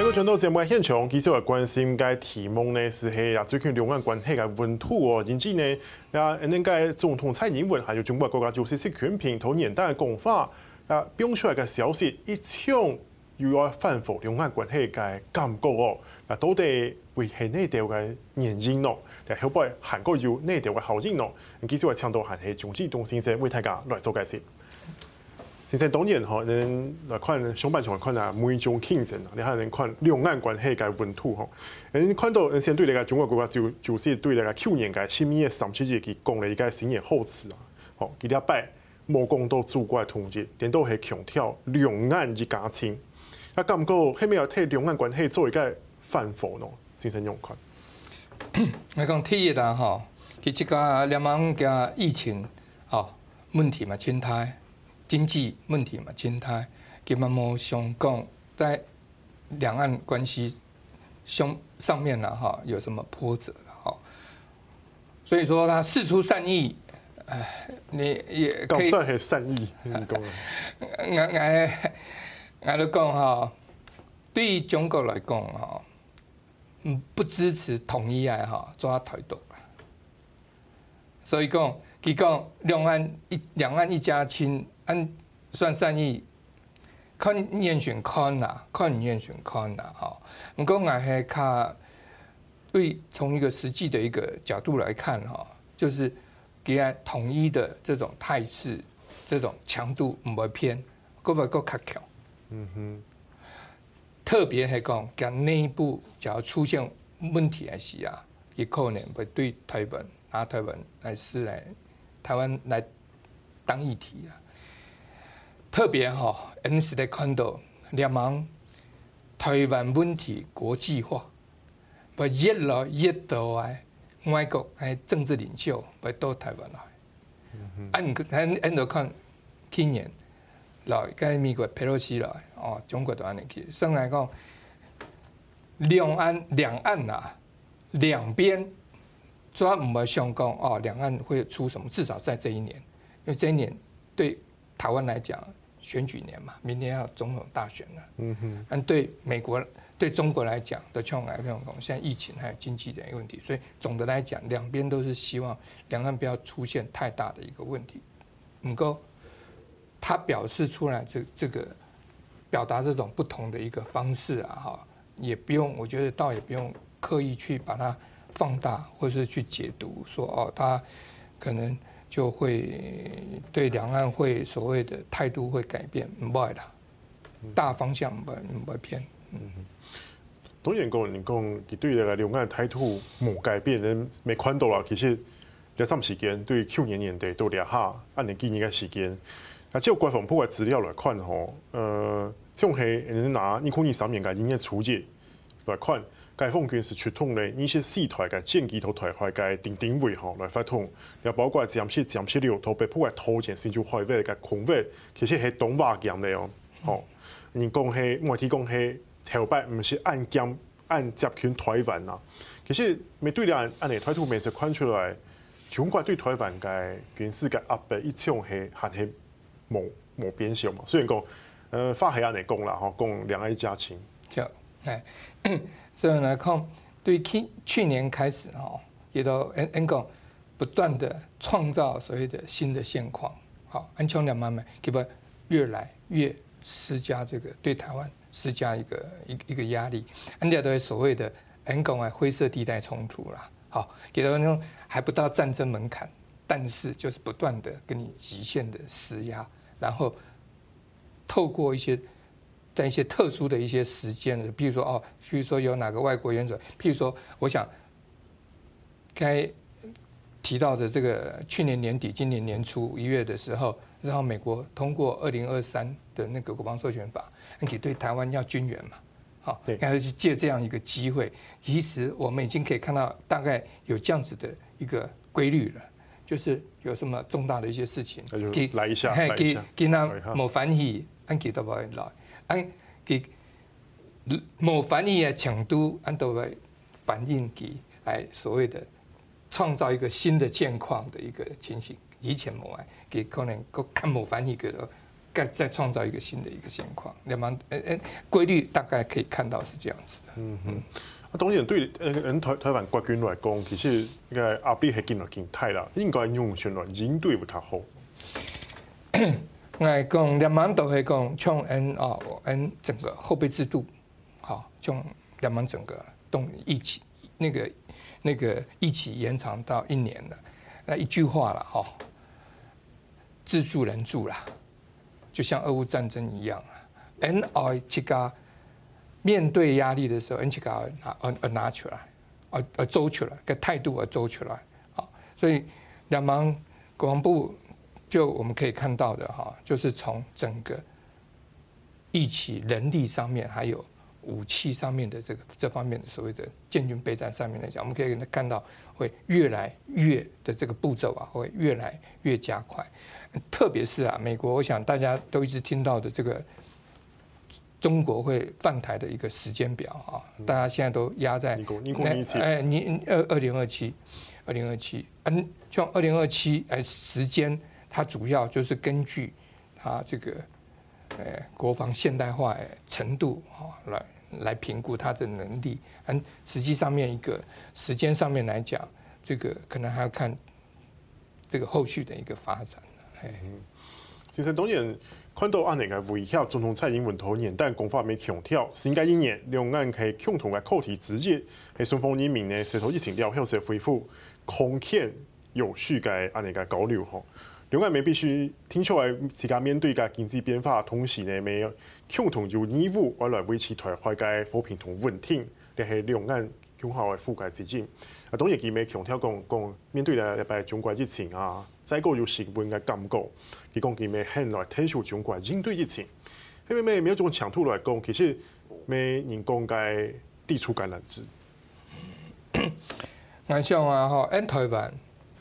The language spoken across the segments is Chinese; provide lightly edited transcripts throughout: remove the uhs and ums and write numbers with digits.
都轉到節目嘅現場，其實我關心嘅題目呢是係最近兩岸關係嘅溫度哦，因此呢，應該總統蔡英文還有中國國家主席習近平同元旦嘅講法，表出來嘅消息一場又要反覆兩岸關係嘅感覺哦，到底會係呢條嘅原因咯？後背韓國有呢條嘅效應咯？其實我請到韓係總志東先生為大家來做解釋。先生當然吼，恁來看上半場看啊，每種傾向啊，你睇恁看兩岸關係嘅溫度吼，恁看到先對你個中國國家就是對你個去年嘅新年37日佢講了一個新年賀詞啊，吼，佢禮拜冇講到祖國嘅統一，但都係強調兩岸一家親。啊，感覺係咪要替兩岸關係做一個反覆咯？先生用看。 我講第一啦吼，佢即個兩岸嘅疫情吼問題嘛，真大。經濟問題嘛，真大，佢嘛冇想講在兩岸關係上面啦，哈，有什麼波折啦，哈，所以說他釋出善意，你也可以講係善意， 我都講哈，對於中國來講哈，不支持統一啊，哈，做台獨啦，所以講佢講兩岸一家親。按算善意，看願選看啦，看唔願選看啦，哈。不過我係看，對從一個實際的一個角度來看，哈，就是給他統一的這種態勢，這種強度唔會偏，個個較強。嗯哼。特別係講，講內部假如出現問題嘅時啊，也可能會對台灣拿台灣來試來台灣來當議題啊。特別哈，我是在看到兩岸台灣問題國際化，會越來越多嘅外國嘅政治領袖會到台灣來。按照看去年來，跟美國佩洛西來，哦，中國都安尼去。所以來講，兩岸啊，兩邊主要唔係想講哦，兩岸會出什麼？至少在這一年，因為這一年對台灣來講。選舉年嘛，明年要總統大選了。嗯哼。但對美國、對中國來講，的情況來講，現在疫情還有經濟的一個問題，所以總的來講，兩邊都是希望兩岸不要出現太大的一個問題。不過，他表示出來這個表達這種不同的一個方式啊，哈，也不用，我覺得倒也不用刻意去把它放大，或是去解讀說哦，他可能。就會對兩岸會所謂的態度會改變，唔會啦，大方向唔會偏。 當然講，你講佢對兩岸態度冇改變，人未看到啦。其實兩三時間對去年年底到兩下按年幾年嘅時間，啊，照官方鋪嘅資料來看吼，種係人拿2023年嘅營業處置來看。解放軍是出動咧，呢些四台嘅戰機同台海嘅定位吼來發動，又包括殲76同北部嘅桃園新竹海域嘅空域，其實係動畫樣嚟哦。吼，人講係媒體講係頭擺唔是按接近台灣啊。其實面對兩岸嘅態度，面是看出來中國對台灣嘅軍事嘅壓迫一向係還係冇變小嘛。雖然講法係安尼講啦，吼講兩岸一家親。 所以來看，對去年開始哈，也都講不斷的創造所謂的新的現況，好，安強兩岸嘛，基本越來越施加這個對台灣施加一個壓力，安家都係所謂的講灰色地帶衝突啦，好，給到那種還不到戰爭門檻，但是就是不斷的跟你極限的施壓，然後透過在一些特殊的一些時間，譬如說有哪個外國元首，譬如說，我想該提到的這個去年年底、今年年初1月的時候，然後美國通過2023的那個國防授權法，你對台灣要軍援嘛，好，然後去借這樣一個機會，其實我們已經可以看到大概有這樣子的一個規律了，就是有什麼重大的一些事情， 來一下， 給他冇反應，按幾多來。按佢冇反應嘅程度，按都會反映佢所謂的創造一個新的現況的一個情形。以前冇佢可能個冇反應，佢再创造一个新的一个现况。两方规律大概可以看到是这样子的。 当然对台湾国军来讲，其实应该压力係見大啦，應該用上來應對會較好。 我講兩岸都係講從整個後備制度，好，從兩岸整個那個疫期延長到1年了。那一句話了哈，自助人助啦，就像俄烏戰爭一樣啊。這個面對壓力的時候，這個拿出來，做出來，個態度做出來，好，所以兩岸國防部就我們可以看到的哈，就是從整個疫期人力上面，還有武器上面的這方面的所謂的建軍備戰上面來講，我們可以看到會越來越的這個步驟啊，會越來越加快。特別是啊，美國，我想大家都一直聽到的這個中國會犯台的一個時間表啊，大家現在都壓在2027，從2027時間，它主要就是根據它這個國防現代化程度來評估它的能力，實際上面一個時間上面來講，這個可能還要看這個後續的一個發展。 其實當然看到安尼個威脅，總統蔡英文頭年但講法沒強調，新嘅一年兩岸係共同嘅課題之一，係雙方人民呢隨後疫情了後時恢復空前有序嘅安尼個交流吼。兩岸咪必須聽出來自家面對嘅經濟變化，同時呢咪共同有義務我來維持台海嘅和平同穩定，呢係兩岸共好嘅覆蓋之境。啊，當然佢咪強調講面對嚟中國疫情啊，再個有成本嘅感覺，佢講佢咪很來推出中國應對疫情，因為咪有種強度來講，其實咪人講嘅地處橄欖枝。 我想啊，台灣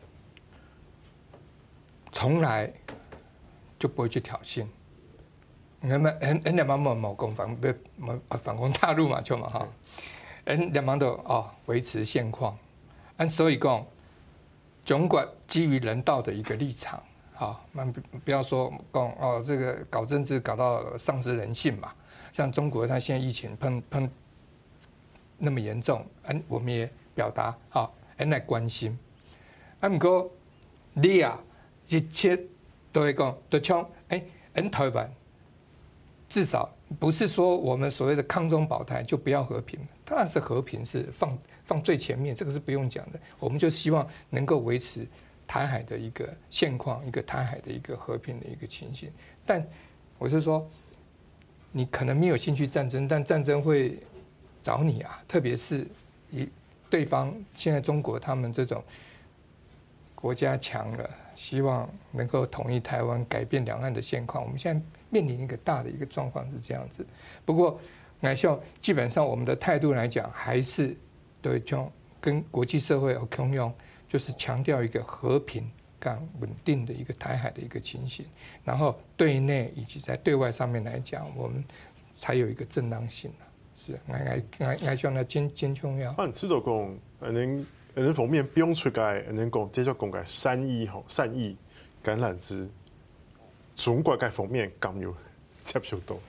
從來就不會去挑釁。兩岸冇講反攻大陸嘛，就嘛哈，兩岸都維持現況。所以講，中國基於人道的一個立場，不要說講這個搞政治搞到喪失人性嘛。像中國，它現在疫情碰那麼嚴重，我們也表達來關心。不過你啊，一切都會講，就像台灣，至少不是說我們所謂的抗中保台就不要和平，當然是和平是放最前面，這個是不用講的。我們就希望能夠維持台海的一個現況，一個台海的一個和平的一個情形。但我是說，你可能沒有興趣戰爭，但戰爭會找你啊。特別是以對方現在中國他們這種國家強了，希望能夠統一台灣，改變兩岸的現況。我們現在面臨一個大的一個狀況是這樣子。不過，來說基本上我們的態度來講，還是對，就跟國際社會共用，就是強調一個和平、跟穩定的一個台海的一個情形。然後對內以及在對外上面來講，我們才有一個正當性。是，我想呢，真重要。 你知道講，人方面不用出街，人講這就講嘅善意橄欖枝，中國嘅方面咁有接受到。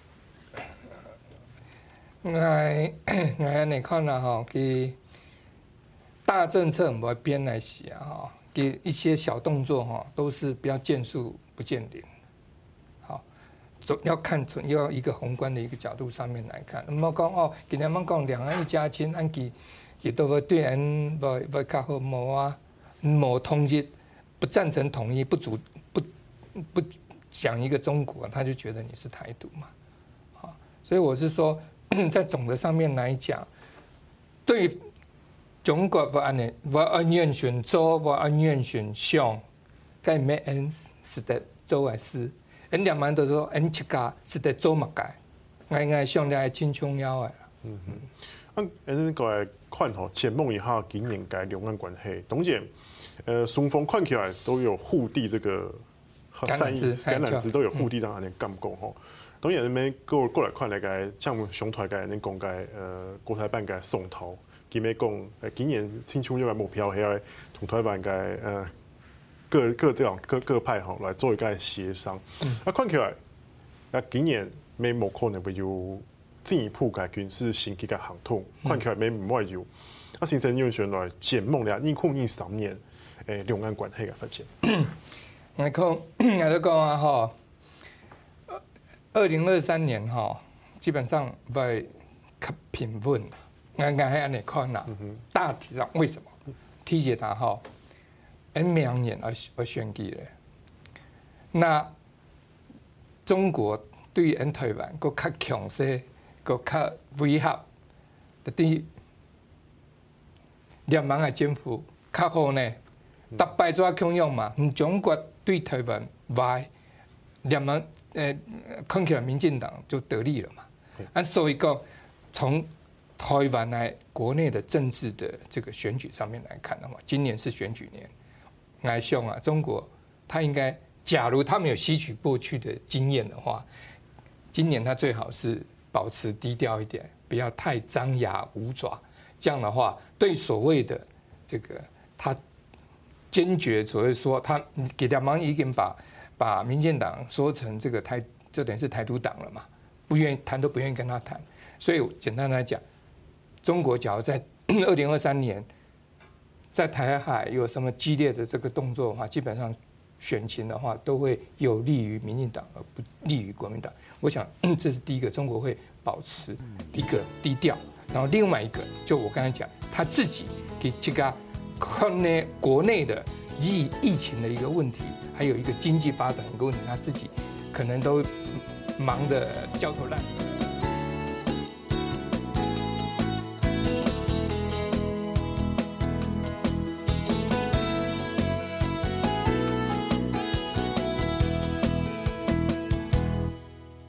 我你看啦哈，佢大政策唔會編來寫哈，佢一些小動作哈，都是不要見樹不見林，好，要看從要一個宏觀的一個角度上面來看。唔好講今日講講兩岸一家親，按佢都會對人會較好冇啊，冇統一，不贊成統一，不講一個中國，他就覺得你是台獨嘛，好，所以我是說。在總的上面來講，對中國我安願選做，我安願選上，該咩人是得做的事，人兩萬都說人七家是得做乜嘅，我上嚟係真重要嘅。 人個看吼，展望一下今年嘅兩岸關係，當然，雙方看起來都有互遞這個善意橄欖枝都有互遞當安尼感覺吼。當然，你過來看嚟個，像上台個你講個國台辦個送頭，佢咪講今年青春有個目標係要同台灣個各派来做一个协商。看起来，今年没冇可能會有進一步嘅軍事升級嘅行動，看起來沒唔會有。行政院選來展望咧，2023年兩岸關係嘅發展。 我都講啊，哈，2023年哈，基本上會較平穩。我係安尼看啦，大體上為什麼？提起他哈，明年要選舉咧，那中國對於台灣個較強勢、個較威脅，對兩岸嘅政府較好呢，特別做強用嘛。中國對台灣壞，兩岸看起來民進黨就得利了嘛。所以講從台灣來國內的政治的這個選舉上面來看的話，今年是選舉年，我想啊，中國他應該，假如他沒有吸取過去的經驗的話，今年他最好是保持低調一點，不要太張牙舞爪。這樣的話，對所謂的這個他堅決所謂說他給兩岸已經把民進黨說成這個就等於是台獨黨了嘛，不願意談都不願意跟他談。所以簡單來講，中國假如在2023年在台海有什麼激烈的這個動作的話，基本上選情的話都會有利於民進黨而不利於國民黨。我想這是第一個，中國會保持一個低調。然後另外一個，就我剛才講，他自己給這個國內的疫情的一個問題，還有一個經濟發展一個問題，他自己可能都忙得焦頭爛額。